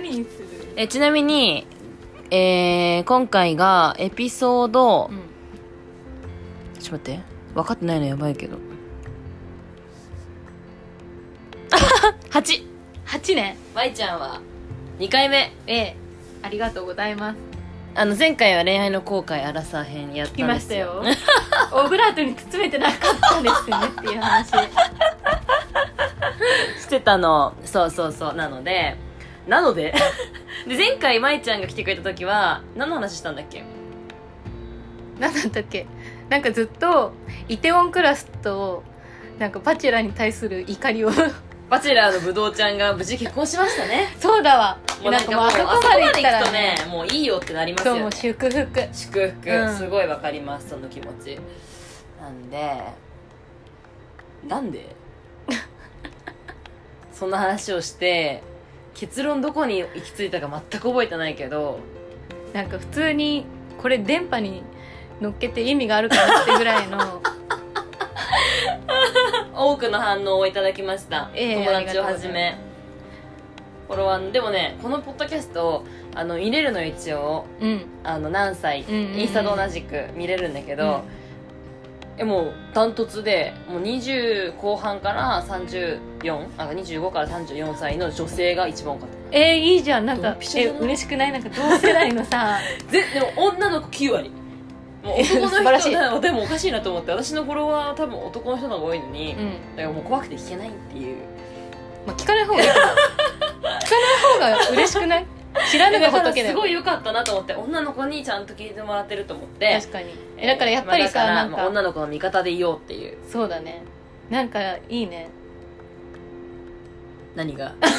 何にする？ ちなみに、今回がエピソード、ちょっと待って、分かってないのやばいけど 8ね。 舞ちゃんは2回目。 ありがとうございます。 前回は恋愛の後悔アラサー編やったんですよ。 聞きましたよオブラートに包めてなかったですよねっていう話してたの。そうなのでで前回舞ちゃんが来てくれた時は何の話したんだっけ？ 何だったっけ？なんかずっとイテウォンクラスとなんかバチェラーに対する怒りをバチェラーのブドウちゃんが無事結婚しましたね。 そうだわ。 もうなんかもうあそこまで行くとね、もういいよってなりますよね。 そう、もう祝福、 すごいわかります、その気持ち。なんでそんな話をして結論どこに行き着いたか全く覚えてないけど、 なんか普通にこれ電波に乗っけて意味があるかなってぐらいの多くの反応をいただきました、友達をはじめフォロワー。でもね、このポッドキャスト見れるの一応、何歳、インスタと同じく見れるんだけど、もうダントツでもう20後半から25から34歳の女性が一番多かった。 いいじゃん。なんか嬉しくない？なんか同世代のさでも女の子9割、もう男の人でもおかしいなと思って、私のフォロワーは多分男の人の方が多いのに、だからもう怖くて聞けないっていう。 まあ、聞かない方がいい聞かない方が嬉しくない？知らぬが仏だよ。 すごい良かったなと思って、女の子にちゃんと聞いてもらってると思って。 確かに。だからやっぱりさ、なんか女の子の味方でいようっていう。 そうだね。なんかいいね。 何が雑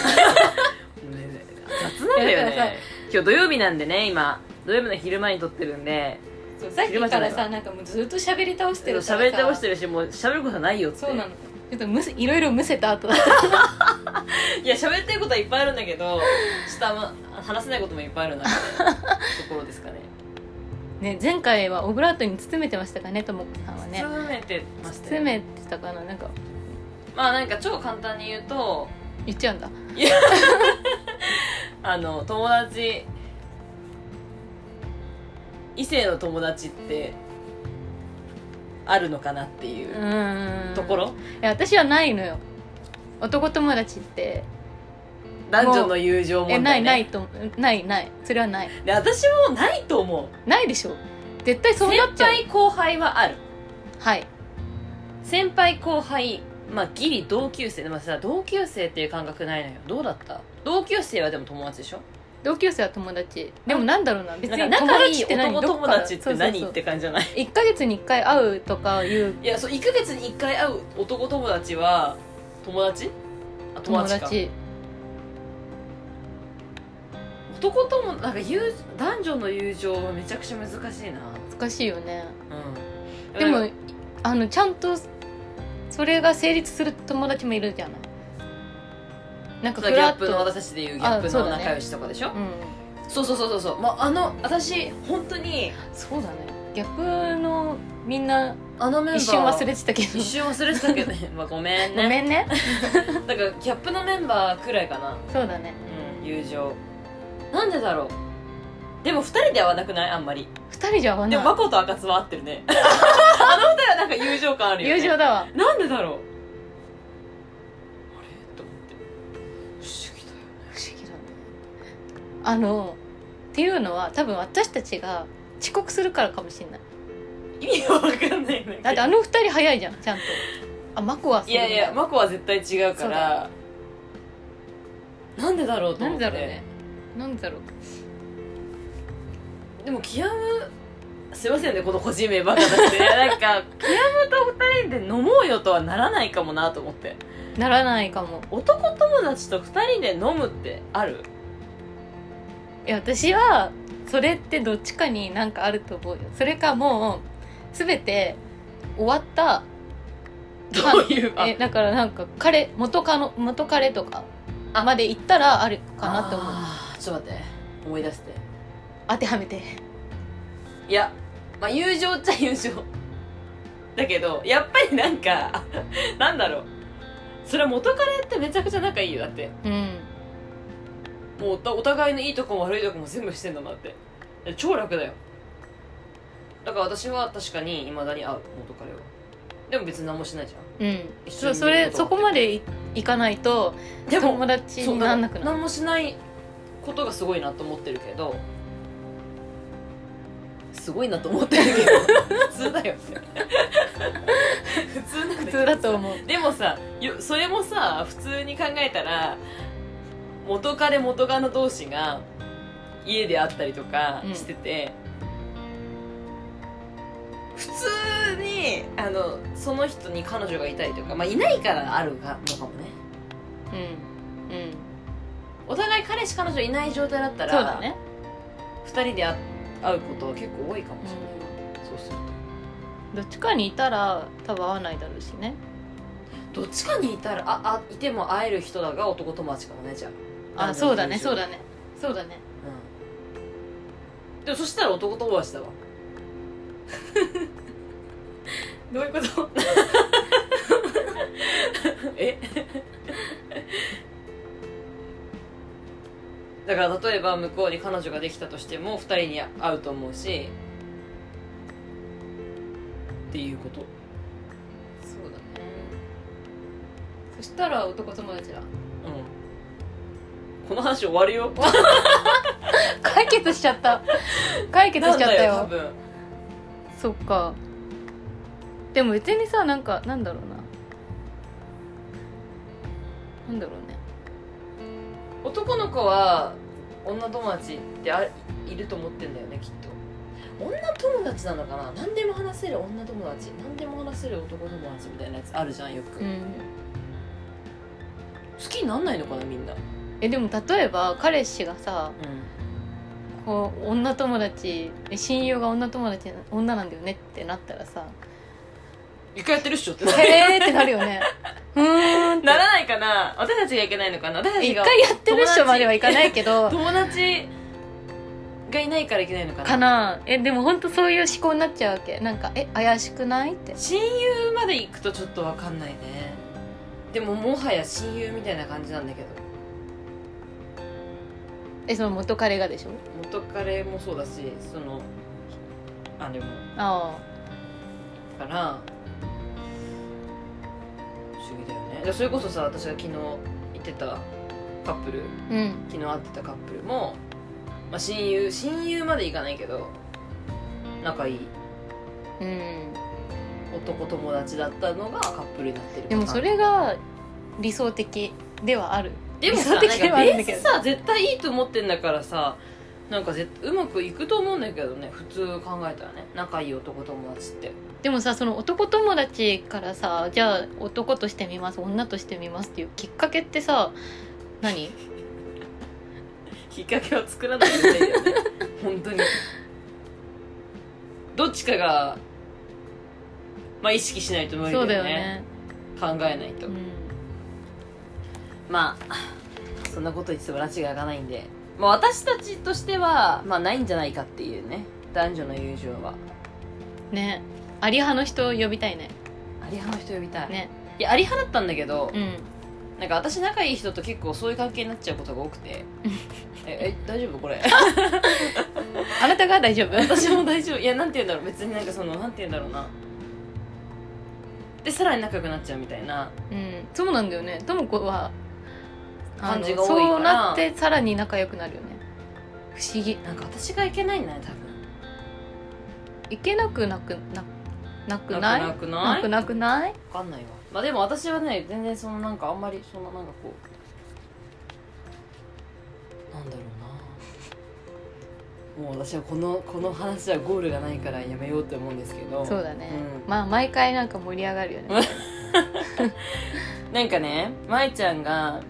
なんだよね。今日土曜日なんでね、今土曜日の昼前に撮ってるんで、 さっきからさ、なんかもうずっと喋り倒してるからさ。 喋り倒してるし、もう喋ることないよって。 そうなの。ちょっといろいろむせた後だいや、喋ってることはいっぱいあるんだけど、話せないこともいっぱいある中でところですかね。 ね、前回はオブラートに包めてましたかね、ともこさんはね。 包めてましたね。 包めてたかな。なんかまあなんか超簡単に言うと、 言っちゃうんだ。 いや友達、異性の友達ってあるのかなっていうところ。 いや、私はないのよ、男友達って。 男女の友情問題、ね、 ないそれはない。 で、私もないと思う。 ないでしょ、絶対そうなっちゃう。 先輩後輩はある。 はい。 先輩後輩、まあギリ同級生でもさ、同級生っていう感覚ないのよ。どうだった？同級生はでも友達でしょ？ 同級生は友達。でもなんだろうな、別に仲いい男友達って何って感じじゃない ？1ヶ月に1回会うとかいう。 いや、そう、1ヶ月に1回会う男友達は友達？友達。男友、なんか男女の友情はめちゃくちゃ難しいな。 難しいよね。でもちゃんとそれが成立する友達もいるじゃない。なんかギャップの、私たちでいうギャップの仲良しとかでしょ。そう、まあ、私本当にそうだね、ギャップのみんなメンバー一瞬忘れてたけどねまあごめんねごめんねだからギャップのメンバーくらいかな。 そうだね。 友情なんでだろう。でも2人で会わなくない？あんまり 2人じゃ合わない。 でもマコと赤津は合ってるねあの2人はなんか友情感あるよね。 友情だわ。 なんでだろう。あれと思って、不思議だよね。 不思議だね。っていうのは多分私たちが遅刻するからかもしれない。 意味が分かんないんだって2人早いじゃん、ちゃんと。マコはそうだね。 いやマコは絶対違うから。なんでだろうと思って。 なんでだろう。 でもキヤム、すいませんね、この個人名ばっか出してなんかキヤムと2人で飲もうよとはならないかもなと思って。 ならないかも。 男友達と2人で飲むってある？ いや、私はそれってどっちかになんかあると思うよ。それかもう全て終わった。 どういうだからなんか元彼とかまで行ったらあるかなって思う。 ちょっと待って、思い出して、 当てはめて。 いや、まあ友情っちゃ友情だけど、やっぱりなんかなんだろう、それは元彼ってめちゃくちゃ仲いいよ。だってもうお互いのいいとこも悪いとこも全部してんだなって。超楽だよ。だから私は確かに未だに会う、元彼は。でも別に何もしないじゃん。うん。 そこまでいかないと友達にならなくなる。 何もしないことがすごいなと思ってるけど、すごいなと思ってるけど普通だよ普通だと思う。 でもさ、それもさ、普通に考えたら元彼元カノ同士が家で会ったりとかしてて、普通にその人に彼女がいたりとか、まあいないからあるのかもね。お互い彼氏彼女いない状態だったら、 そうだね、 2人で会うことは結構多いかもしれない、そうするとどっちかにいたら多分会わないだろうしね。 どっちかにいたらいても会える人だが男友達かもね。じゃあそうだね、うん、 でもそしたら男友達だわどういうことだから例えば向こうに彼女ができたとしても2人に会うと思うしっていうこと。 そうだね。そしたら男友達だ。 この話終わるよ解決しちゃったよ多分。 そっか。でも別にさ、なんだろうね、 男の子は女友達っていると思ってんだよね、きっと。女友達なのかな。何でも話せる女友達、何でも話せる男友達みたいなやつあるじゃん、よく、好きになんないのかな、みんな。 でも例えば彼氏がさ、こう女友達、親友が女友達女なんだよねってなったらさ、 一回やってるっしょってってなるよねならないかな。私たちがいけないのかな。私たちが一回やってるっしょまではいかないけど友達がいないからいけないのかな。 かな。でも本当そういう思考になっちゃうわけ。なんか怪しくないって。 親友まで行くとちょっと分かんないね。でももはや親友みたいな感じなんだけど。 その元彼がでしょ。 元彼もそうだし、その姉も。だから不思議だよね。それこそさ、私が昨日行ってたカップル、昨日会ってたカップルも、まあ、親友までいかないけど仲いい、男友達だったのがカップルになってる。 でもそれが理想的ではある。 でもさ、なんかベースさ絶対いいと思ってんだからさ、なんかうまくいくと思うんだけどね、普通考えたらね、仲いい男友達って。 でもさ、その男友達からさ、じゃあ男としてみます、女としてみますっていうきっかけってさ、何きっかけは作らないといけないよね本当に。どっちかがまあ意識しないと無理だよね。 そうだよね、 考えないと、まあそんなこと言っても拉致が開かないんで、まあ、私たちとしてはまあないんじゃないかっていうね、男女の友情はね。アリ派の人呼びたいね。 アリ派の人呼びたいね。 いや、アリ派だったんだけど、なんか私仲いい人と結構そういう関係になっちゃうことが多くて大丈夫これあなたが大丈夫？ 私も大丈夫。いや、なんて言うんだろう、別になんかそのなんて言うんだろうな、でさらに仲良くなっちゃうみたいな、 そうなんだよね。ともこは感じが多いから、 そうなってさらに仲良くなるよね。不思議。 なんか私がいけないんだね、多分。 いけなくない？ なくない分かんないわ。 まあでも私はね、全然そのなんかあんまりそのなんかこう、なんだろうな、もう私はこの話はゴールがないからやめようって思うんですけど。 そうだね、まあ毎回なんか盛り上がるよねなんかね、舞ちゃんが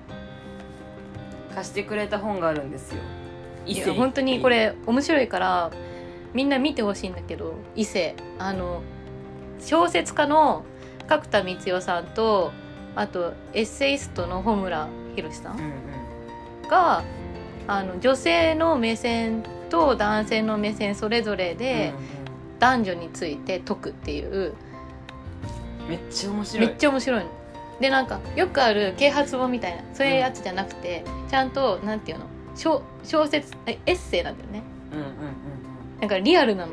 貸してくれた本があるんですよ。 いや本当にこれ面白いからみんな見てほしいんだけど、異性、小説家の角田光代さんと、あとエッセイストの穂村弘さんが、女性の目線と男性の目線それぞれで男女について説くっていう、 めっちゃ面白い。 めっちゃ面白いの。 でなんかよくある啓発本みたいなそういうやつじゃなくて、ちゃんとなんていうの小説エッセイなんだよね。だからリアルなの。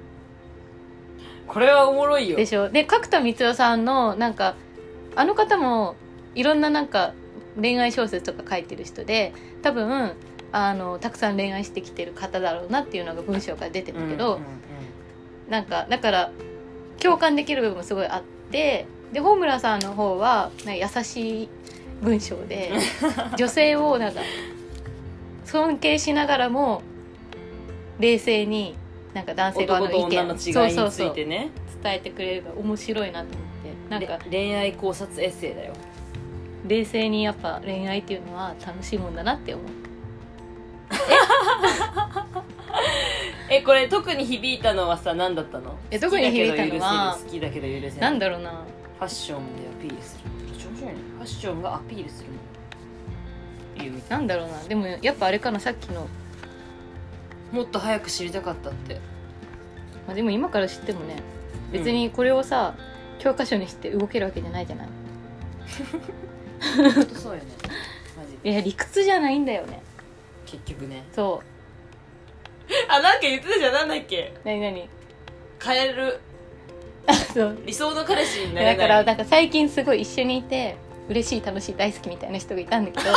これはおもろいよでしょ。で角田光代さんのなんかあの方もいろんななんか恋愛小説とか書いてる人で、多分たくさん恋愛してきてる方だろうなっていうのが文章から出てたけど、なんかだから共感できる部分もすごいあって、で穂村さんの方はなんか優しい文章で女性をなんか尊敬しながらも冷静になんか男性側の意見、 男と女の違いについてね伝えてくれるから面白いなと思って、なんか恋愛考察エッセイだよ。 冷静にやっぱ恋愛っていうのは楽しいもんだなって思う。 これ特に響いたのはさ何だったの？ 特に響いたのは好きだけど許せない。 なんだろうな、 ファッションでアピールする。ファッションがアピールするの。 なんだろうな、でもやっぱあれかな、さっきのもっと早く知りたかったって。 まあ、でも今から知ってもね別にこれをさ、教科書にして動けるわけじゃないじゃない。 本当そうよねマジで。 いや理屈じゃないんだよね結局ね。 そうなんか言ってたじゃん、なんだっけ。 何変えるそう理想の彼氏になれない。 だからなんか最近すごい一緒にいて嬉しい楽しい大好きみたいな人がいたんだけど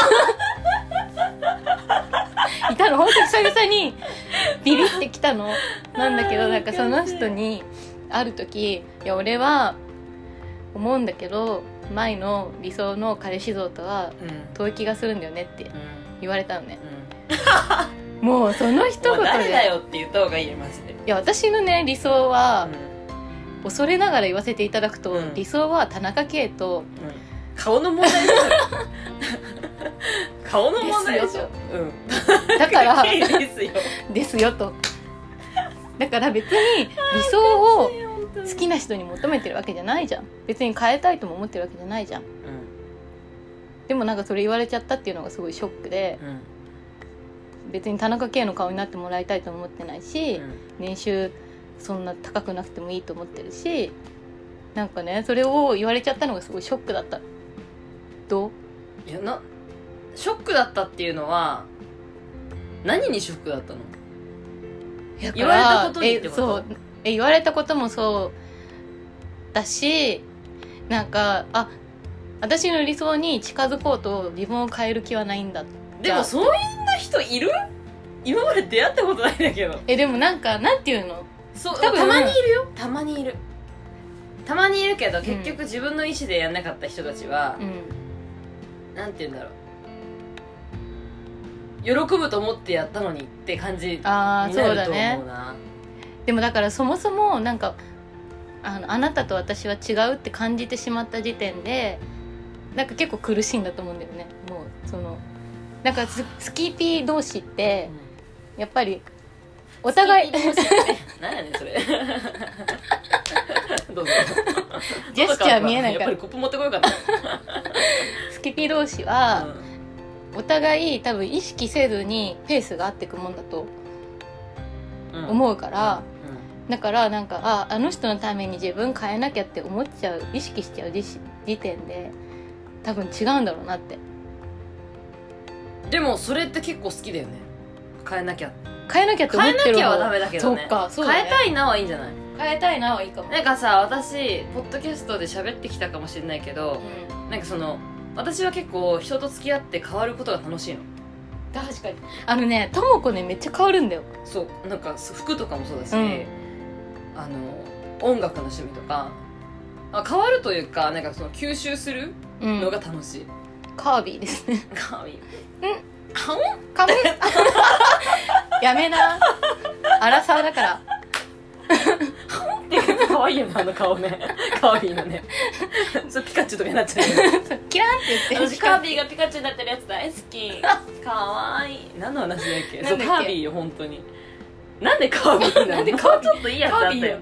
いたの本当に久々にビビってきたのなんだけど、なんかその人にある時、いや俺は思うんだけど前の理想の彼氏像とは遠い気がするんだよねって言われたのね、もうその一言で誰だよって言った方がいいよマジで。 いや私のね理想は、恐れながら言わせていただくと、理想は田中圭と、 顔の問題ですよ顔の問題でしょ。 だからですよですよと。だから別に理想を好きな人に求めてるわけじゃないじゃん。別に変えたいとも思ってるわけじゃないじゃん、でもなんかそれ言われちゃったっていうのがすごいショックで、別に田中圭の顔になってもらいたいと思ってないし、年収そんな高くなくてもいいと思ってるし、なんかねそれを言われちゃったのがすごいショックだった。どう？ いやショックだったっていうのは何にショックだったの？言われたことにってこと？ そう言われたこともそうだし、なんか私の理想に近づこうと自分を変える気はないんだ。 でもそういう人いる？今まで出会ったことないんだけど。 でもなんかなんていうの、 そうたまにいるよ。たまにいるけど、結局自分の意思でやんなかった人たちは、なんて言うんだろう、喜ぶと思ってやったのにって感じになると思うな。 ね、でもだからそもそもなんかあなたと私は違うって感じてしまった時点でなんか結構苦しいんだと思うんだよね。もうそのなんかスキーピー同士って、やっぱりお互い何やねんそれどうぞジェスチャー見えないからやっぱりコップ持ってこようかなスキピー同士は、お互い多分意識せずにペースが合っていくもんだと思うから、だからなんかあの人のために自分変えなきゃって思っちゃう、意識しちゃう時点で多分違うんだろうなって。 でもそれって結構好きだよね。変えなきゃって思ってる。 変えなきゃはダメだけどね。 そっか、そうだね、 変えたいなはいいんじゃない？ 変えたいなはいいかも。 なんかさ、私ポッドキャストで喋ってきたかもしれないけど、なんかその私は結構人と付き合って変わることが楽しいの。 確かにねともこねめっちゃ変わるんだよ。 そうなんか服とかもそうだし、音楽の趣味とか変わるというか、なんかその吸収するのが楽しい、 カービィですね。 カービィカムやめな、アラサーだからって可愛いよね、あの顔ね。カービィのねそうピカチュウとかになっちゃうキランって言って、 私カービィがピカチュウになってるやつ大好き。可愛い。何の話だっけ？そうカービィよ本当に。なんでカービィなの？ なんでカービィちょっといいやつあったよ。 カービィよって。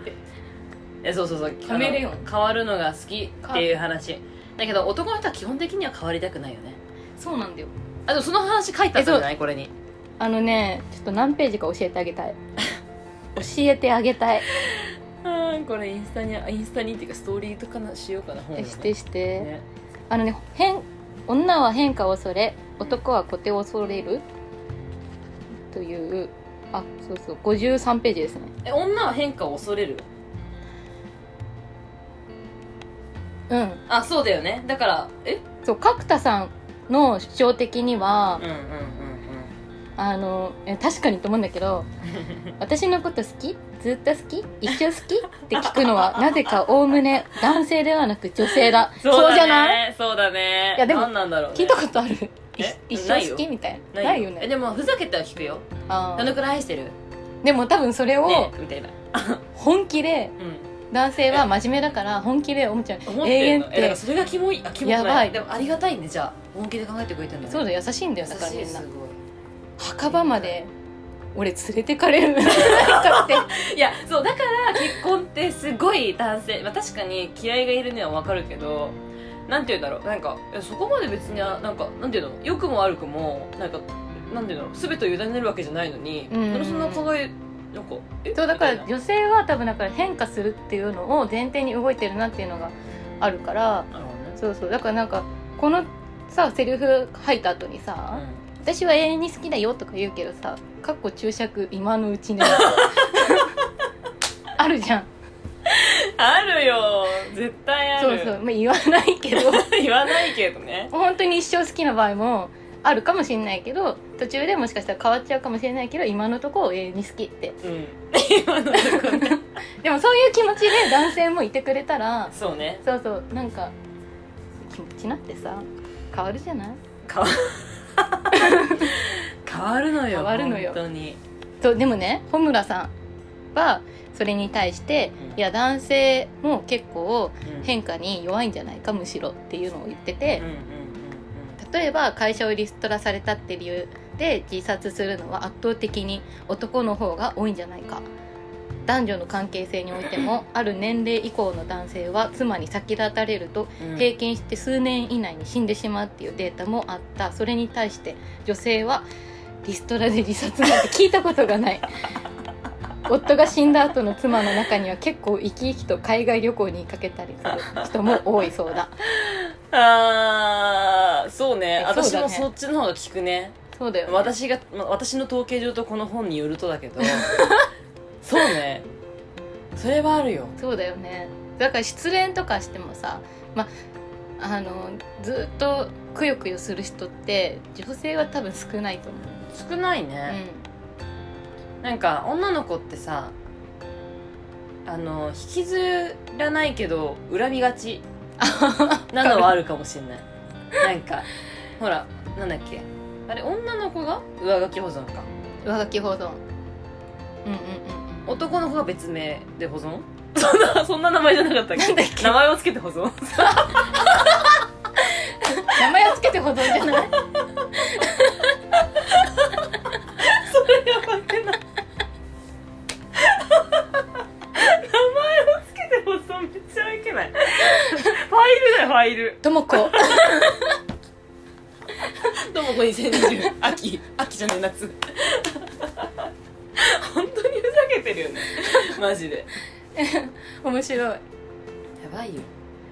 そうカメレオン変わるのが好きっていう話だけど、男の人は基本的には変わりたくないよね。 そうなんだよ。 でもその話書いてあったんじゃない？これにちょっと何ページか教えてあげたい教えてあげたい。 頑これインスタにっていうかストーリーとかしようかな、本をね、 して、ね、女は変化を恐れ男は小手を恐れるというそう53ページですね。 女は変化を恐れる。 うん、 そうだよね。だからそう角田さんの主張的には、確かにと思うんだけど私のこと好き？ずっと好き？一生好き？って聞くのはなぜかおおむね男性ではなく女性だ。そうじゃない？ そうだね。 いやでも何なんだろう、ね、 聞いたことある？一生好きみたいな。ないよね。 でもふざけては聞くよ。どのくらい愛してる？ でも多分それを、 ね、みたいな本気で、男性は真面目だから本気で思っちゃう。永遠って。 だからそれがキモい。 やばい。 でもありがたいね。じゃあ本気で考えてくれてるんだね。 そうだ、優しいんだよ。だからみんなすごい墓場まで俺連れてかれるんじゃないかっていやそうだから結婚ってすごい男性、確かに嫌いがいるのは分かるけど、なんて言うんだろう、なんかそこまで別になんかなんていうの、良くも悪くもなんかなんていうの、全てを委ねるわけじゃないのに、そんな考えなんかそうだから女性は多分だから変化するっていうのを前提に動いてるなっていうのがあるから、そうだからなんかこのさセリフ吐いた後にさ、私は永遠に好きだよとか言うけどさ、かっこ注釈今のうちねあるじゃん。 あるよ、絶対ある。 そう、言わないけど言わないけどね、 本当に一生好きな場合もあるかもしれないけど、途中でもしかしたら変わっちゃうかもしれないけど、今のところ永遠に好きって、 今のところねでもそういう気持ちで男性もいてくれたらそうね、 そうなんか気持ちなってさ変わるじゃない。 変わるのよ。 変わるのよ本当に。 でもね、穂村さんはそれに対して、いや男性も結構変化に弱いんじゃないか、むしろっていうのを言ってて、例えば会社をリストラされたって理由で自殺するのは圧倒的に男の方が多いんじゃないか。男女の関係性においてもある年齢以降の男性は妻に先立たれると平均して数年以内に死んでしまうっていうデータもあった。それに対して女性はリストラで自殺なんて聞いたことがない夫が死んだ後の妻の中には結構生き生きと海外旅行にかけたりする人も多いそうだそうね、私もそっちの方が聞くね。 そうだよね。 私の統計上とこの本によるとだけどそうね、それはあるよ。そうだよね。 だから失恋とかしてもさ、ずっとくよくよする人って女性は多分少ないと思う。 少ないね、なんか女の子ってさ、引きずらないけど恨みがちなのはあるかもしれないなんかほらなんだっけ、あれ女の子が上書き保存か、 上書き保存、 男の子が別名で保存そんな名前じゃなかったっけ。名前をつけて保存名前をつけて保存じゃないそれやばくない名前をつけて保存めっちゃいけないファイルだよ、ファイル。 ともこ 2020秋じゃねえ、夏本当にふざけてるよねマジで面白い。やばいよ。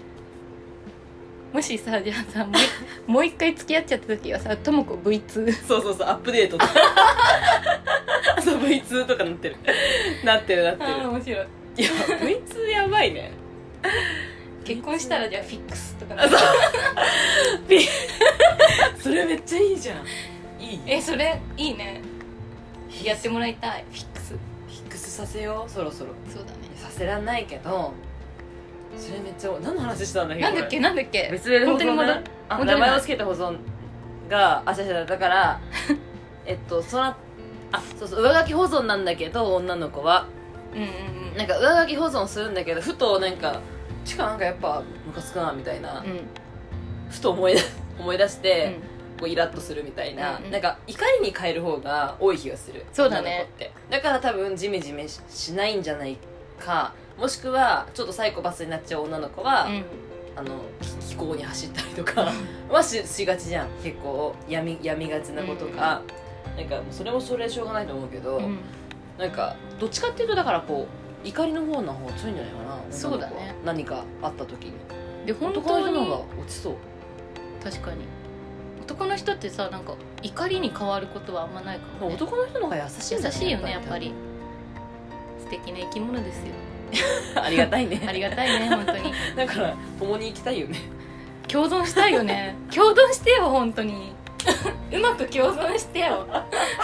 もしさ、じゃあさ、もう一回付き合っちゃった時はさ、ともこ V2 そうアップデートとかそう V2 とかなってる面白い。 いや V2 やばいね。 結婚したらじゃあフィックスとかそれめっちゃいいじゃん。いい。 それいいね。やってもらいたい。フィックスさせよう、そろそろ。 そうだね。 させらんないけど、それめっちゃ何の話したんだっけ。 なんだっけ別名で保存ね。名前をつけて保存がだからそう上書き保存なんだけど、女の子はなんか上書き保存するんだけど、ふとなんかなんかやっぱムカつくなみたいな、ふと思い出して、こうイラッとするみたいな、なんか怒りに変える方が多い気がする。 そうだね。 女の子ってだから多分ジメジメしないんじゃないか、もしくはちょっとサイコパスになっちゃう女の子は、気候に走ったりとかはしがちじゃん。結構やみがちなことが、なんかそれもそれしょうがないと思うけど、なんかどっちかっていうとだからこう怒りの方の方が強いんじゃないかな。 そうだね、 何かあった時に。 で本当に男の人の方が落ちそう。 確かに男の人ってさなんか怒りに変わることはあんまないかもね。 男の人の方が優しいんだ優しいよねやっぱり。素敵な生き物ですよありがたいねありがたいね本当に。 だから共に生きたいよね。 共存したいよね共存してよ本当にうまく共存してよだ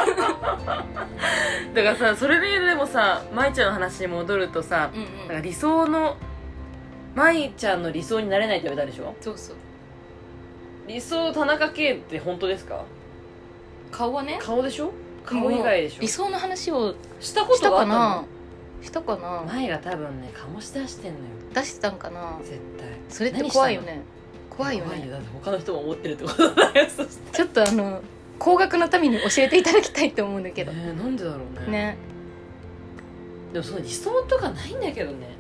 からさ、それでもさ、舞ちゃんの話に戻るとさ、なんか理想の舞ちゃんの理想になれないって言われたでしょ。 そうそう。 理想田中圭って本当ですか。 顔はね、 顔でしょ。顔以外でしょ。 理想の話をしたことがあったの。 したかな。 舞が多分ね醸し出してんのよ。 出したんかな絶対。 それって怖いよね。怖いよね。 だって他の人も思ってるってことだよ。そしてちょっと高額のために教えていただきたいと思うんだけど、 なんでだろうね。 ね。 でもその理想とかないんだけどね。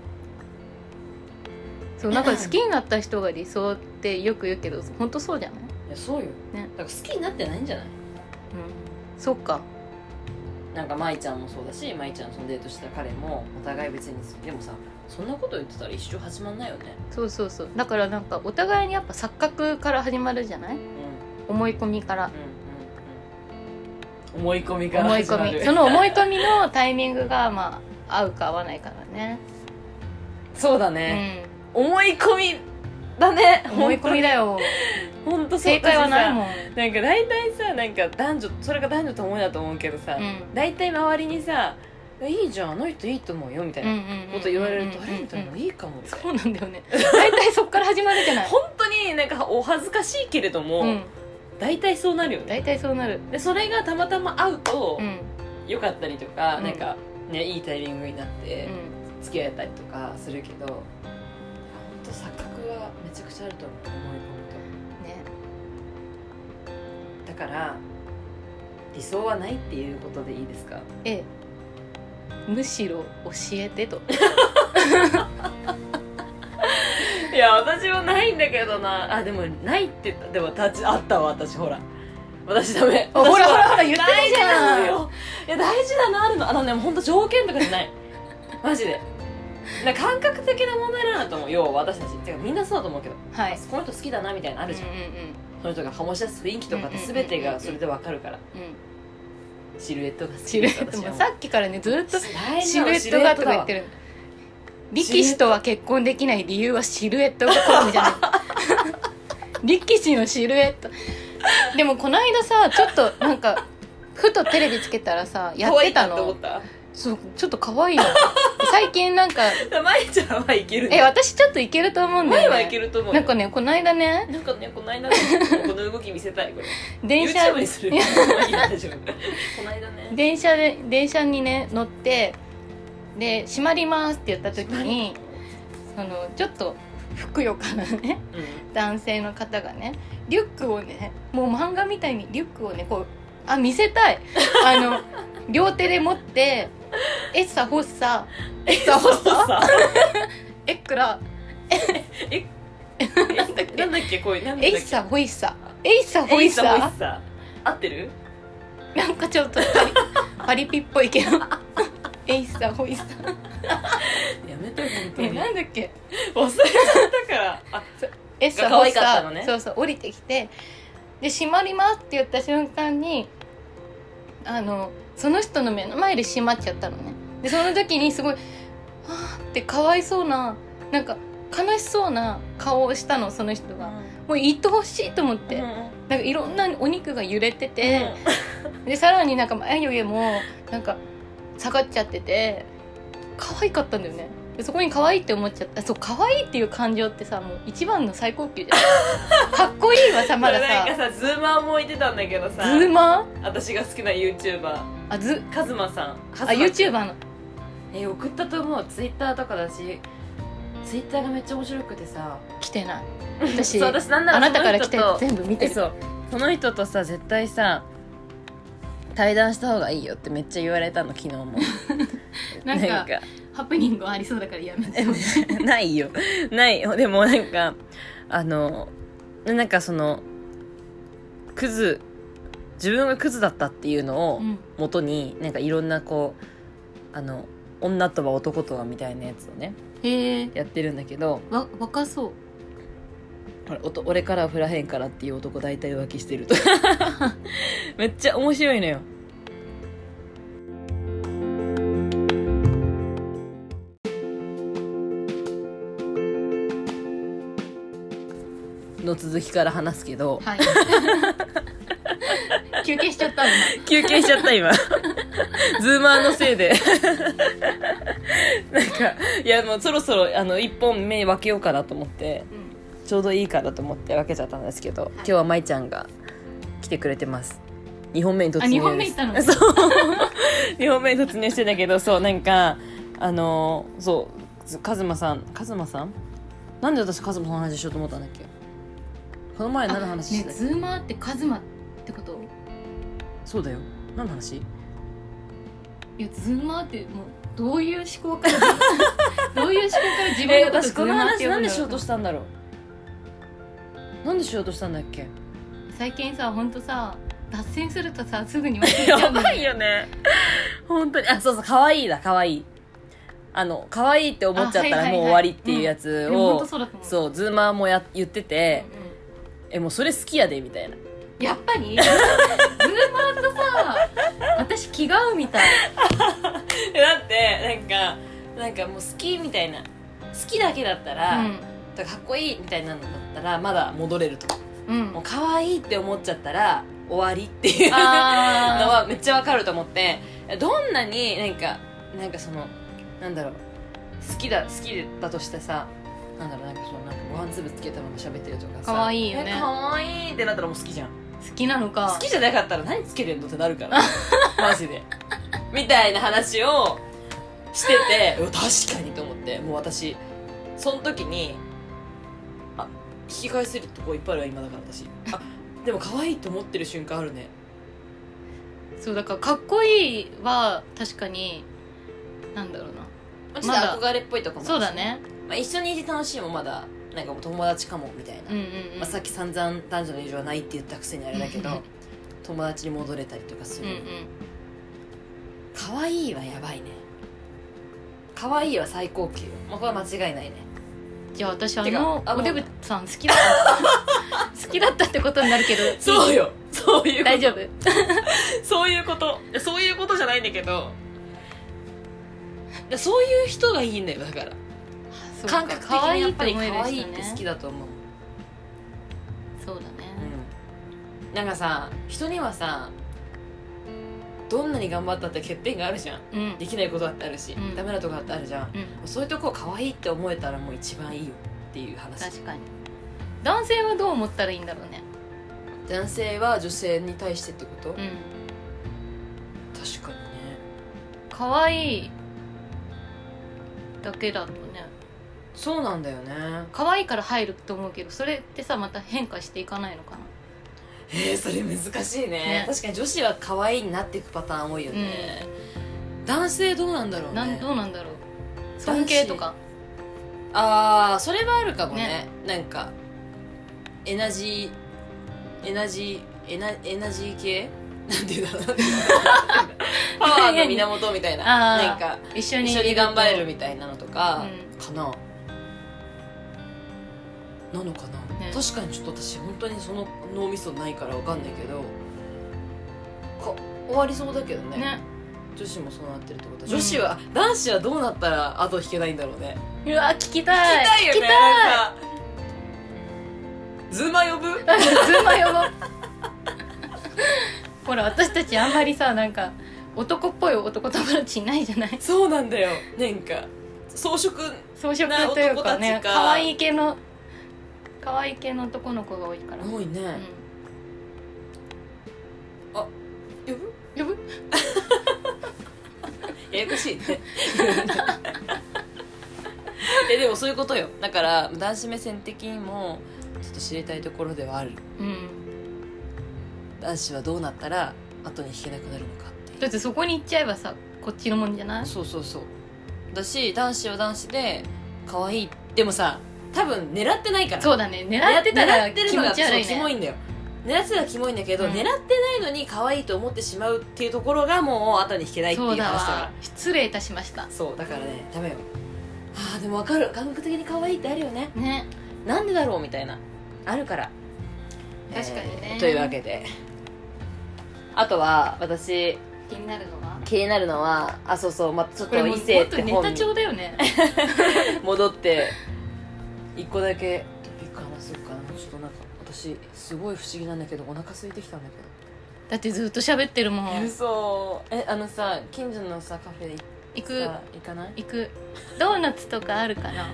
そうなんか好きになった人が理想ってよく言うけど本当そうじゃない。 いやそうよ、 ね、 だから好きになってないんじゃない。 そうか。 なんか舞ちゃんもそうだし、舞ちゃんそのデートした彼もお互い別にでもさ、そんなこと言ってたら一生始まんないよね。 そうそうそう。だからなんかお互いにやっぱ錯覚から始まるじゃない、思い込みから、思い込みから始まる。その思い込みのタイミングがまあ合うか合わないかだね。 そうだね、思い込みだね。 思い込みだよ。 本当正解はないもん。 なんか大体さ、なんか男女、それが男女ともだと思うけどさ、大体周りにさ、いいじゃんあの人いいと思うよみたいなこと言われると、あれみたいないいかもって。 そうなんだよね。大体そっから始まるじゃない。 本当になんかお恥ずかしいけれども、大体そうなるよね。 大体そうなる。 でそれがたまたま会うと良かったりとか、なんかねいいタイミングになって付き合えたりとかするけど、本当錯覚はめちゃくちゃあると思う。思い込むとね。だから理想はないっていうことでいいですか。 むしろ教えてといや私もないんだけどなあ。でもないって言った。でもあったわ私。ほら私ダメ。 ほらほらほら言ってるじゃん。 いや大事なのあるの。ね本当条件とかじゃないマジでなんか感覚的な問題なんだと思う。要は私たちてかみんなそうだと思うけど、 はい、 この人好きだなみたいなのあるじゃん、その人が醸し出す雰囲気とかって全てがそれで分かるから、シルエットが好き。 シルエットもさっきからねずっとシルエットがとか言ってる。力士とは結婚できない理由はシルエットが好みじゃない力士のシルエット。でもこの間さちょっとなんかふとテレビつけたらさやってたの。そうちょっと可愛いの最近なんか舞ちゃんはいける。 私ちょっといけると思うんだよね。 舞はいけると思う。 なんかねこの間ねこの動き見せたい。これ電車 YouTube にするこの間ね電車にね乗ってで閉まりますって言った時にちょっとふくよかなね、男性の方がねリュックをねもう漫画みたいにリュックをねこう見せたい両手で持ってエッサホッサエッサホッサエックラなんだっけこういうエッサホイッサエイサホイッサ合ってる。 なんかちょっとパリピっぽいけどエイサホイッサやめて本当に。 なんだっけ忘れちゃったからエッサホイッサ、そうそう降りてきてで閉まりますって言った瞬間にその人の目の前で閉まっちゃったのね。でその時にすごいはぁってかわいそうななんか悲しそうな顔をしたのその人が、もう愛おしいと思って、なんかいろんなお肉が揺れてて、でさらになんか眉毛もなんか下がっちゃってて可愛かったんだよね。でそこに可愛いって思っちゃった。そう可愛いっていう感情ってさもう一番の最高級じゃんかっこいいわさまださ。 なんかさズーマーもいてたんだけどさ。 ズーマー？ 私が好きな YouTuber カズマさん。 YouTuber の送ったと思う。Twitter とかだし Twitter がめっちゃ面白くてさ。 来てない私そう私なんならあなたから来て全部見てる。 その人とさ絶対さ対談した方がいいよってめっちゃ言われたの昨日もなんかハプニングありそうだからやめてないよないよ。でもなんかなんかその自分がクズだったっていうのを元になんかいろんなこう女とは男とはみたいなやつをねへえやってるんだけど、 若そう。 ほら俺からは振らへんからっていう男大体浮気してるとめっちゃ面白いのよ。の続きから話すけど、 はい休憩しちゃったの。 休憩しちゃった今ズーマーのせいでなんかいやもうそろそろ1本目分けようかなと思って、ちょうどいいかなと思って分けちゃったんですけど、今日は舞ちゃんが来てくれてます。2本目に突入です。 2本目行ったの。 そう2本目に突入してんだけど、そうなんかそうカズマさんなんで私カズマさんの話しようと思ったんだっけ。この前何の話してたっけ。 ズーマーってカズマってこと。 そうだよ。何の話。 いやズーマーってもうどういう思考からどういう思考から自分のこと私この話なんでしようとししたんだろう。なんでしようとしたんだっけ。 最近さほんとさ脱線するとさすぐに忘れちゃやうのばいよね本当に。あ、そうそう、可愛いだ可愛い可愛いって思っちゃったらもう終わりっていうやつを、そうズーマーも言ってて、もうそれ好きやでみたいな。 やっぱりズーマーとさ私気が合うみたいだってなんかもう好きみたいな、好きだけだったら、かっこいいみたいなのだったらまだ戻れると、もう可愛いって思っちゃったら終わりっていうのはめっちゃわかると思って、どんなになんかそのなんだろう、好きだとしてさ、なんだろう、ご飯粒つけたまま喋ってるとかさ、 可愛いよね、 可愛いってなったらもう好きじゃん。 好きなのか。 好きじゃなかったら何つけてんのってなるからマジでみたいな話をしてて確かにと思って、もう私その時に引き返せるとこいっぱいあるわ今だから私でも可愛いと思ってる瞬間あるね。 そうだからかっこいいは確かになんだろうな、 ちょっと憧れっぽいとこもあるし、 そうだね、 一緒にいて楽しいもまだなんかもう友達かもみたいな、さっき散々男女の友情はないって言ったくせにあれだけど友達に戻れたりとかする、可愛いはやばいね。可愛いは最高級、これは間違いないね。 じゃあ私おデブさん好きだった好きだったってことになるけどそうよ、そういうこと、 大丈夫そういうことじゃないんだけど、そういう人がいいんだよ。だから感覚的にやっぱり可愛いって好きだと思う。 そうだね、 なんかさ、人にはさどんなに頑張ったって欠点があるじゃん、できないことだってあるし、ダメなとこだってあるじゃん、そういうとこ可愛いって思えたらもう一番いいよっていう話。 確かに。男性はどう思ったらいいんだろうね。 男性は女性に対してってこと、確かにね。 可愛いだけだとね。 そうなんだよね。 可愛いから入ると思うけど、それってさまた変化していかないのかな。 それ難しい ね。確かに女子は可愛いになっていくパターン多いよね、男性どうなんだろうね。 どうなんだろう。尊敬とか。 それはあるかも ね。なんかエナジー系なんていうんだろうパワーの源みたいななんか一緒に頑張れるみたいなのとか、かなのかな、確かにちょっと私本当にその脳みそないから分かんないけど終わりそうだけど ね。女子もそうなってるってことは、女子は男子はどうなったら後引けないんだろうね。 うわ聞きたいよね。なんかズーマ呼ぶズーマ呼ぼうほら私たちあんまりさなんか男っぽい男友達いないじゃない。 そうなんだよ。なんか装飾というかね、可愛い系の男の子が多いから。 多いね、呼ぶややこしいねでもそういうことよ。だから男子目線的にもちょっと知りたいところではある、男子はどうなったら後に引けなくなるのかっていう。 だってそこに行っちゃえばさこっちのもんじゃない。 そうだし、男子は男子で可愛い。でもさ多分狙ってないから。 そうだね、狙ってたら気持ち悪いね。 キモいんだよ。 狙ってたらキモいんだけど、狙ってないのに可愛いと思ってしまうっていうところがもう後に引けないっていう話だから。 そうだわ、失礼いたしました。 そうだからね、ダメよ。でも分かる、感覚的に可愛いってあるよね。なんでだろうみたいなあるから。 確かにね。 というわけで、あとは私気になるのはそうそう、またちょっと異性って本当ネタ帳だよね。 戻って一個だけトピック話そうかな。ちょっとなんか私すごい不思議なんだけど、お腹空いてきたんだけど。 だってずっと喋ってるもん。 嘘。さ、近所のさカフェ行かない？ 行く。ドーナツとかあるかな？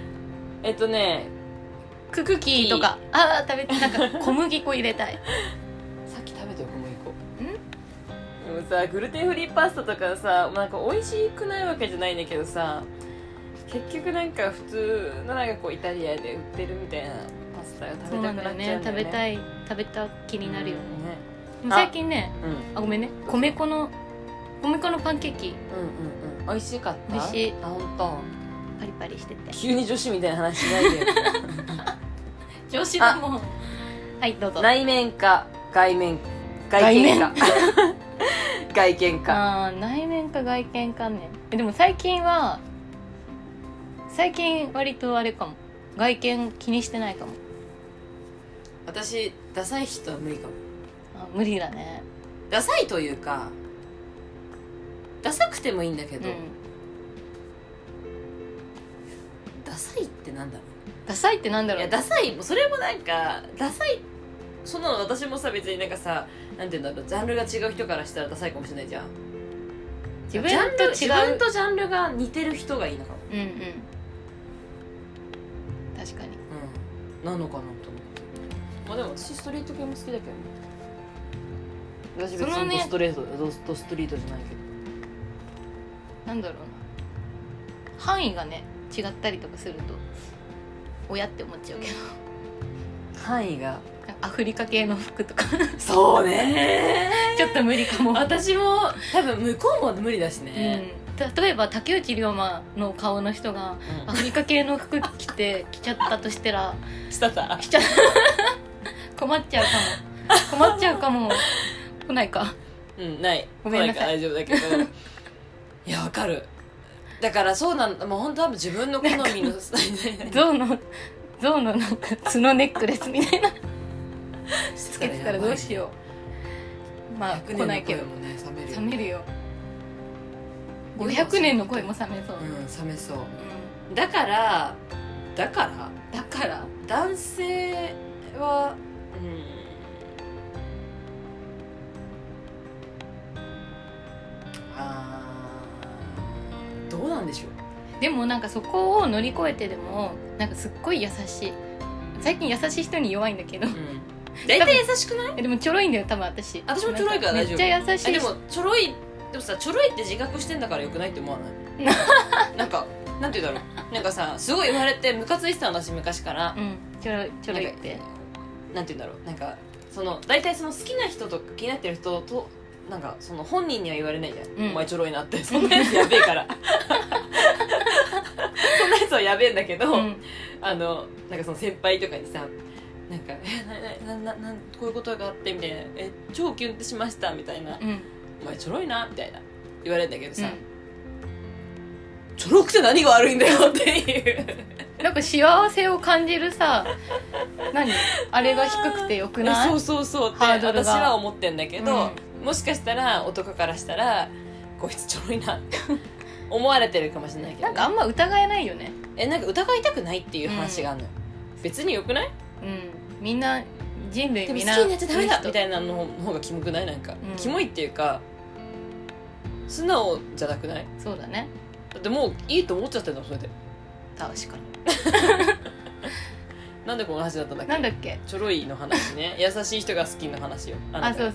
クッキーとか。食べて、なんか小麦粉入れたい。 さっき食べてよ、小麦粉。でもさ、グルテンフリーパスタとかさ、なんか美味しくないわけじゃないんだけどさ、結局なんか普通のなんかこうイタリアで売ってるみたいなパスタが食べたくなっちゃうんだよね。 食べた気になるよね。最近ね、ごめんね、米粉のパンケーキ。 美味しかった。 美味しい。 本当。 パリパリしてて。 急に女子みたいな話しないで。 女子だもん。はい、どうぞ。 内面か外見か。外見か。 内面か外見かね。でも最近割とあれかも、外見気にしてないかも。 私ダサい人は無理かも。 無理だね。 ダサいというか、ダサくてもいいんだけど、ダサいってなんだろう。いや、ダサい、それもなんかダサい、そんなの私もさ、別になんかさ、なんていうんだろう、ジャンルが違う人からしたらダサいかもしれないじゃん。自分とジャンルが似てる人がいいのかも。 確かに。 なのかなと思って。でも私ストリート系も好きだけどね。私別にドストリートじゃないけど、 なんだろうな、範囲がね違ったりとかすると親って思っちゃうけど。 範囲がアフリカ系の服とか。 そうねちょっと無理かも。 私も多分向こうも無理だしね。 例えば竹内涼真の顔の人がアフリカ系の服着ちゃったとしたら困っちゃうかも。来ないか。 ない。ごめんなさい。大丈夫だけど。いや、わかる。だからそうなんだ。もう本当は自分の好みの象のなんか角ネックレスみたいなつけてたらどうしよう。まあ来ないけど冷めるよ。500年の恋も冷めそう。 冷めそう。だから男性はどうなんでしょう。 でもなんかそこを乗り越えてでもなんかすっごい優しい。最近優しい人に弱いんだけど、 大体優しくない？ でもちょろいんだよ多分。私もちょろいから大丈夫。 めっちゃ優しい。 でもちょろいって自覚してんだからよくないって思わない？なんかなんて言うんだろう、なんかさ、すごい言われてムカついてたの私昔から。 ちょろいってなんて言うんだろう、なんかその大体その好きな人とか気になってる人となんかその本人には言われないじゃん、お前ちょろいなって。そんなやつやべえからそんなやつはやべえんだけど、なんかその先輩とかにさ、なんかこういうことがあってみたいな、超キュンってしましたみたいな、お前ちょろいなみたいな言われるんだけどさ、ちょろくて何が悪いんだよっていうなんか幸せを感じるさ、あれが低くてよくない？ そうって私は思ってんだけど、もしかしたら男からしたらこいつちょろいなって思われてるかもしれないけど、 なんかあんま疑えないよね。 なんか疑いたくないっていう話があるのよ。別によくない？ みんな人類みんな好きになっちゃダメだみたいなの方がキモくない？なんか、キモいっていうか素直じゃなくない？ そうだね。 だってもういいと思っちゃってるのそれで。 確かになんでこの話だったんだっけ？ なんだっけ？ ちょろいの話ね。優しい人が好きの話よ。 そう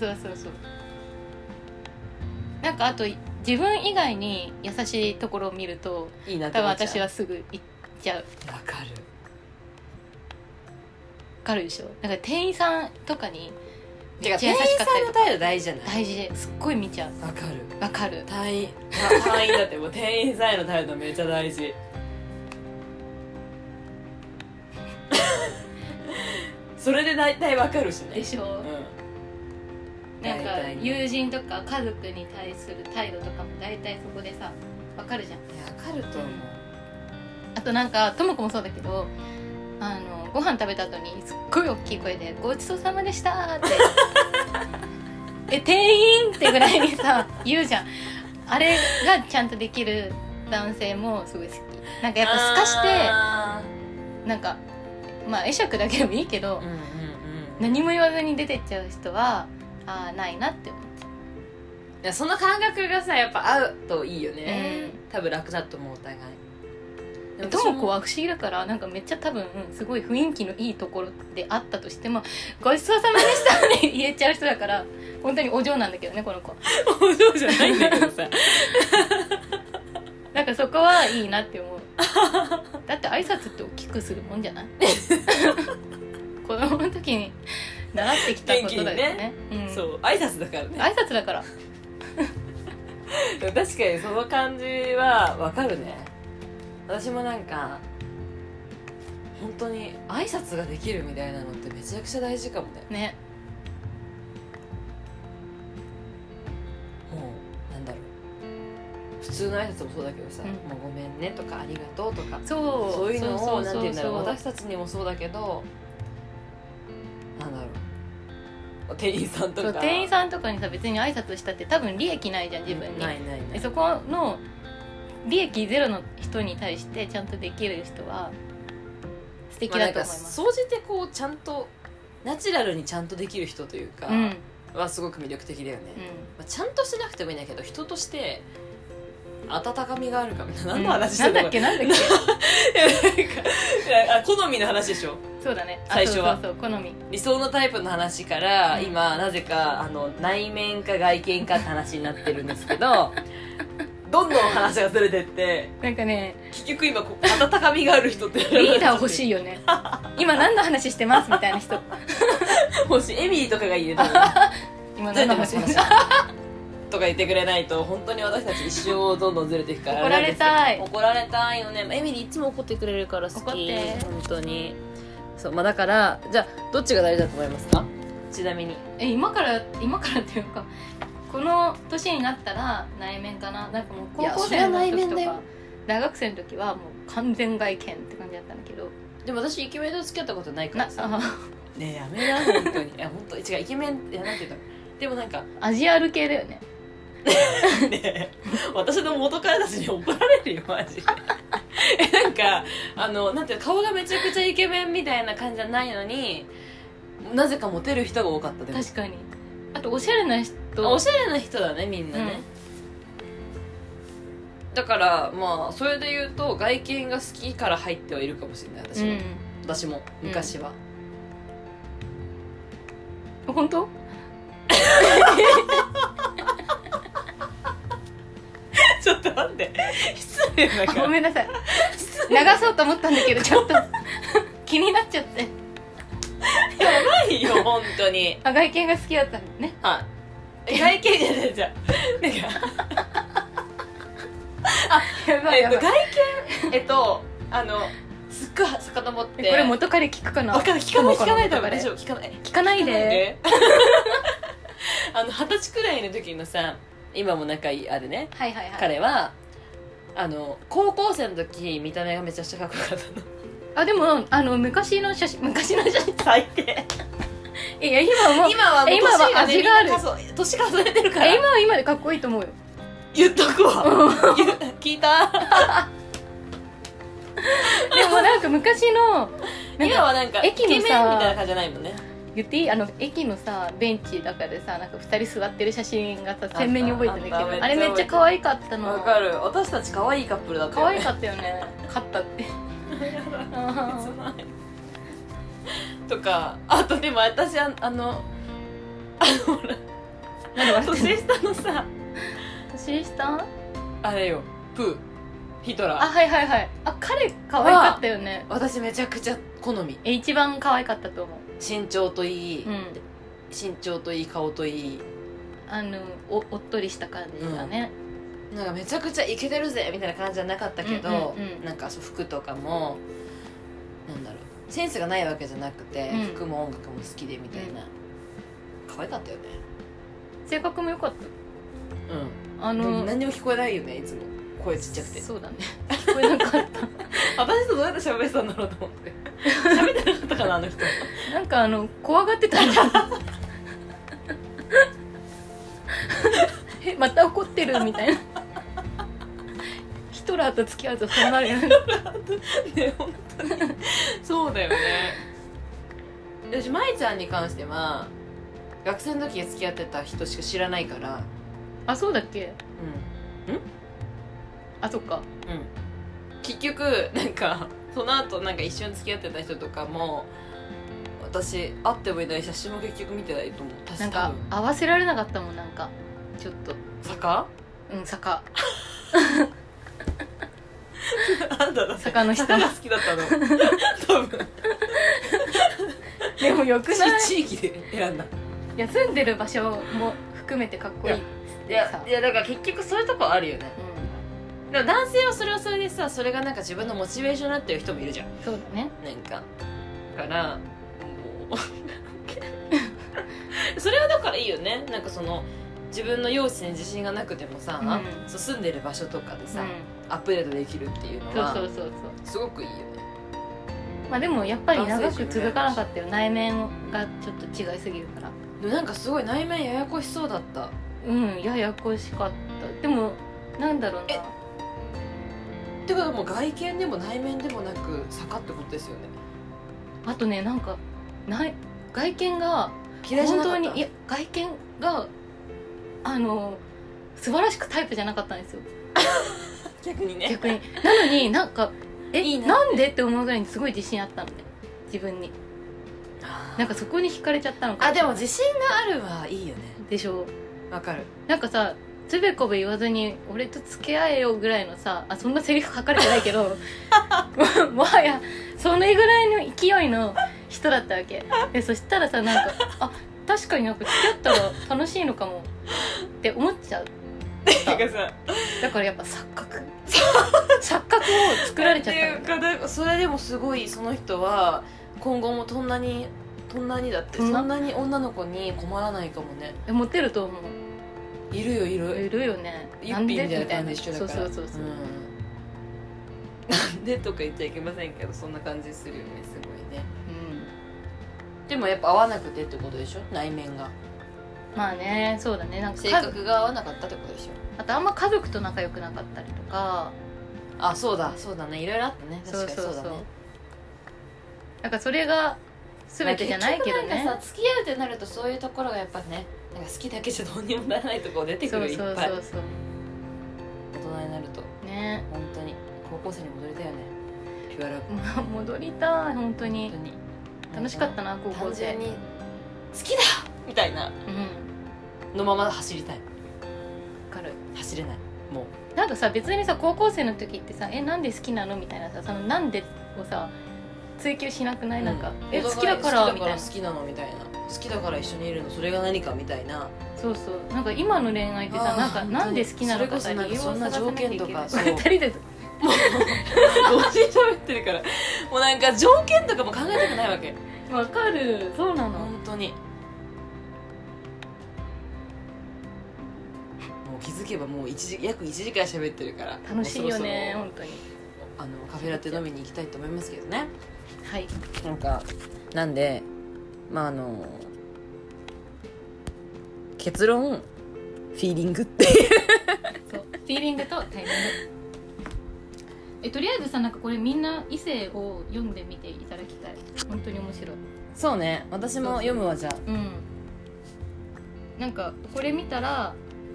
なんかあと自分以外に優しいところを見るといいなって思っちゃう。多分私はすぐ行っちゃう。 わかるでしょ。だから店員さんとかにめっちゃ優しかったりとか。店員さんの態度大事じゃない？ 大事。すっごい見ちゃう。わかる。 隊員だってもう店員さんへの態度めっちゃ大事それで大体わかるしね。 でしょ。 なんか友人とか家族に対する態度とかも大体そこでさ分かるじゃん。 いや分かると思う、 あとなんかともこもそうだけどご飯食べた後にすっごい大きい声でごちそうさまでしたって店員ってぐらいにさ言うじゃん。あれがちゃんとできる男性もすごい好き。なんかやっぱ透かしてなんかまあ会釈だけでもいいけど、何も言わずに出てっちゃう人はないなって思っちゃう。 いやその感覚がさやっぱ合うといいよね、多分楽だと思うお互い。 ともこは不思議だからなんかめっちゃ多分すごい雰囲気のいいところであったとしてもごちそうさまでしたって言えちゃう人だから本当にお嬢なんだけどねこの子。 お嬢じゃないんだけどさなんかそこはいいなって思う。だって挨拶って大きくするもんじゃない子供の時に習ってきたことだよね。 そう挨拶だからね。 挨拶だから確かにその感じはわかるね。私もなんか本当に挨拶ができるみたいなのってめちゃくちゃ大事かもね。もうなんだろう普通の挨拶もそうだけどさ、もうごめんねとかありがとうとかそういうのをなんて言うんだろう、私たちにもそうだけどなんだろう店員さんとか店員さんとかにさ別に挨拶したって多分利益ないじゃん自分に。 ないそこの利益ゼロの人に対してちゃんとできる人は素敵だと思います。 総じてこうちゃんとナチュラルにちゃんとできる人というか、はすごく魅力的だよね、ちゃんとしてなくてもいいんだけど人として温かみがあるかみたいな。何の話してなんだっけ好みの話でしょ。 そうだね最初はそう好み理想のタイプの話から、今なぜか内面か外見かって話になってるんですけどどんどん話がずれてってなんかね結局今温かみがある人ってリーダー欲しいよね今何の話してますみたいな人欲しい。エミリーとかがいいね今何の話とか言ってくれないと本当に私たち一生どんどんずれていくから怒られたいよね。エミリーいつも怒ってくれるから好き。 怒って本当にそう、だからじゃあどっちが大事だと思いますか。ちなみに今からっていうかこの年になったら内面かな。なんかもう高校生の時とか大学生の時はもう完全外見って感じだったんだけど、 でも私イケメンと付き合ったことないからさねえやめな本当に。いや本当違うイケメンなんて言うんだろう。でもなんかアジアル系だよねね私の元彼たちに怒られるよマジでなんかなんていう顔がめちゃくちゃイケメンみたいな感じじゃないのになぜかモテる人が多かった。でも確かに。あとおしゃれな人だねみんなね、だからまあそれで言うと外見が好きから入ってはいるかもしれない私も昔は、 本当ちょっと待って失礼だからごめんなさい流そうと思ったんだけどちょっと気になっちゃってやばいよ本当に。 外見が好きだったのね。 外見じゃなんかやばいやばい。 外見すっごい遡ってこれ元彼聞くかな。 聞かないと大丈夫。 聞かないで 20歳くらいの時のさ今も仲いいあれね、彼は高校生の時見た目がめちゃくちゃかっこよかったの。 でも昔の写真最低いや今は味がある。 年重ねてるから今は今でかっこいいと思うよ。 言っとくわ聞いたでもなんか昔の今はなんか駅のさイケメンみたいな感じじゃないもんね。 言っていい駅のさベンチだからでさなんか2人座ってる写真がさ鮮明に覚えてるんだけどあれめっちゃ可愛かったの。 わかる。私たち可愛いカップルだったよね。 可愛かったよね勝ったってとかあとでも私年下のさ年下あれよプーヒトラーはい彼可愛かったよね。 私めちゃくちゃ好み。 一番可愛かったと思う。 身長といい、顔といいおっとりした感じだね、 なんかめちゃくちゃイケてるぜみたいな感じじゃなかったけど、なんか服とかもなんだろうセンスがないわけじゃなくて、服も音楽も好きでみたいな、可愛かったよね。 性格も良かった。 でも何にも聞こえないよね、いつも声ちっちゃくて。 そうだね、聞こえなかった私とどうやって喋ってたんだろうと思って喋ってなかったかな、あの人。 なんか怖がってたんじゃんまた怒ってるみたいなヒトラーと付き合うとそうなるよねね、本当にそうだよね。私舞ちゃんに関しては学生の時付き合ってた人しか知らないから。 あ、そうだっけ。あ、そっか。 結局なんかその後なんか一緒に付き合ってた人とかも私会ってもいない、写真も結局見てないと思う。確かなんか合わせられなかったもん、なんかちょっと坂坂あんただ坂の人坂が好きだったの多分でもよくない？ 地域で選んだ。 いや、住んでる場所も含めてかっこいい。 いやだから結局そういうとこあるよね。でも男性はそれはそれでさ、それがなんか自分のモチベーションになってる人もいるじゃん。 そうだね。 なんかだからもうそれはだからいいよね。なんかその自分の容姿に自信がなくてもさ、そう住んでる場所とかでさ、アップデートできるっていうのはそうすごくいいよね。 まあでもやっぱり長く続かなかったよ、内面がちょっと違いすぎるから。 でもなんかすごい内面ややこしそうだった。 ややこしかった。でもなんだろうな、 てかもう外見でも内面でもなく坂ってことですよね。 あとね、なんか外見が嫌いじゃなかった。 本当に、いや外見が素晴らしくタイプじゃなかったんですよ逆にね。 逆に。なのになんかいいなんでって思うぐらいにすごい自信あったのね、自分に。なんかそこに惹かれちゃったのか。 でも自信があるはいいよね。 でしょ。 わかる。 なんかさ、つべこべ言わずに俺と付き合えよぐらいのさ、そんなセリフ書かれてないけどもはやそのぐらいの勢いの人だったわけで、そしたらさ、なんか確かになんか付き合ったら楽しいのかもって思っちゃうだからやっぱ錯覚を作られちゃったの。 っていうか、それでもすごいその人は今後もそんなにだってそんなに女の子に困らないかもね。 モテると思う。 いるよいるよね。 ユッピーみたいな感じ一緒だから。 そうなんでとか言っちゃいけませんけど、そんな感じするよね、すごいね。でもやっぱ合わなくてってことでしょ、内面が。 まあね、そうだね。なんか性格が合わなかったってことでしょ。 あとあんま家族と仲良くなかったりとか。 そうだね、いろいろあったね。確かにそうだね。 なんかそれが全てじゃないけどね。 なんかさ、付き合うってなるとそういうところがやっぱね、なんか好きだけじゃどうにもならないところ出てくる。いっぱい。大人になるとね、本当に高校生に戻りたいよね。ピュアラブ戻りたい。本当に楽しかったな、高校生。 単純に好きだみたいなのまま走りたい。 わかる。 走れない。もうなんかさ、別にさ、高校生の時ってさ、なんで好きなのみたいなさ、そのなんでをさ追求しなくない？なんか好きだからみたいな。 好きなのみたいな。好きだから一緒にいるの、それが何かみたいな。 そうなんか今の恋愛ってさ、なんで好きなのかさ、理由を探さなきゃいけない。2人でもう同時に喋ってるからもうなんか条件とかも考えたくないわけ。 わかる。そうなの、 本当に。もう気づけばもう約1時間喋ってるから。 楽しいよね、本当に。 カフェラテ飲みに行きたいと思いますけどね。 はい。 なんで結論フィーリングっていうそう、フィーリングとタイミング。とりあえずさ、なんかこれみんな異性を読んでみていただきたい。本当に面白い。 そうね、私も読むわ。じゃあなんかこれ見たら、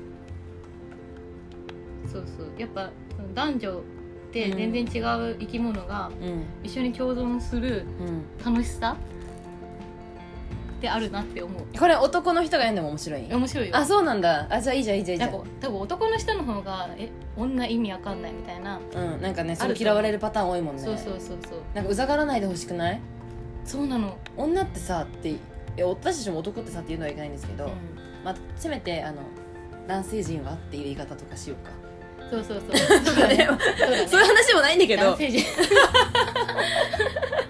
やっぱ男女って全然違う生き物が一緒に共存する楽しさってあるなって思う。 これ男の人が読んでも面白い？ 面白いよ。 そうなんだ。じゃあいいじゃん。 多分男の人の方が女意味わかんないみたいな。 なんかね、それ嫌われるパターン多いもんね。 そうなんかうざがらないでほしくない？ そうなの。 女ってさって私たちも男ってさって言うのはいけないんですけど、せめて男性陣はっていう言い方とかしようか。 そうそういう話もないんだけど、 男性陣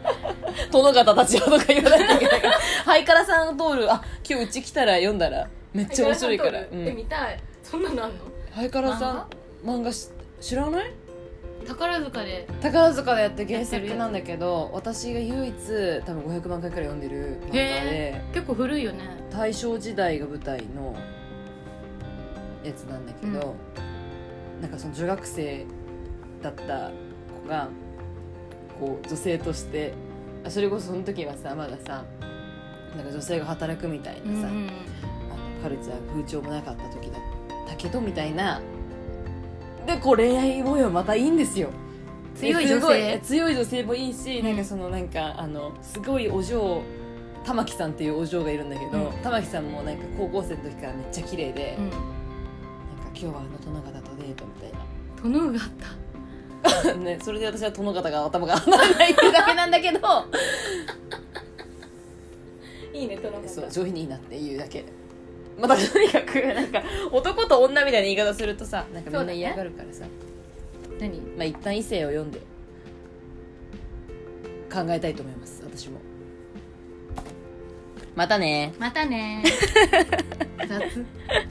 殿方たちよとか言わないといけないからハイカラさん通る今日うち来たら読んだらめっちゃ面白いから、 見たい。そんなのあんの？ ハイカラさん漫画知らない？ 宝塚でやって原作なんだけど、私が唯一多分500万回くらい読んでる漫画で、 結構古いよね。 大正時代が舞台のやつなんだけど、なんかその女学生だった子がこう女性として、それこそその時はさまださなんか女性が働くみたいなさ、カルチャー風潮もなかった時だったけどみたいなで、こう恋愛模様またいいんですよ。 強い女性もいいし、なんかそのなんかすごいお嬢玉木さんっていうお嬢がいるんだけど、玉木さんもなんか高校生の時からめっちゃ綺麗で、なんか今日は殿方とデートみたいな。 殿方ね、それで私は殿方が頭が上がらないっていうだけなんだけどいいね、殿方。 そう、上品にいいなっていうだけ。またとにかくなんか男と女みたいな言い方するとさ、なんかみんな嫌がるからさ、 何？ まあ一旦異性を読んで考えたいと思います。私もまたね雑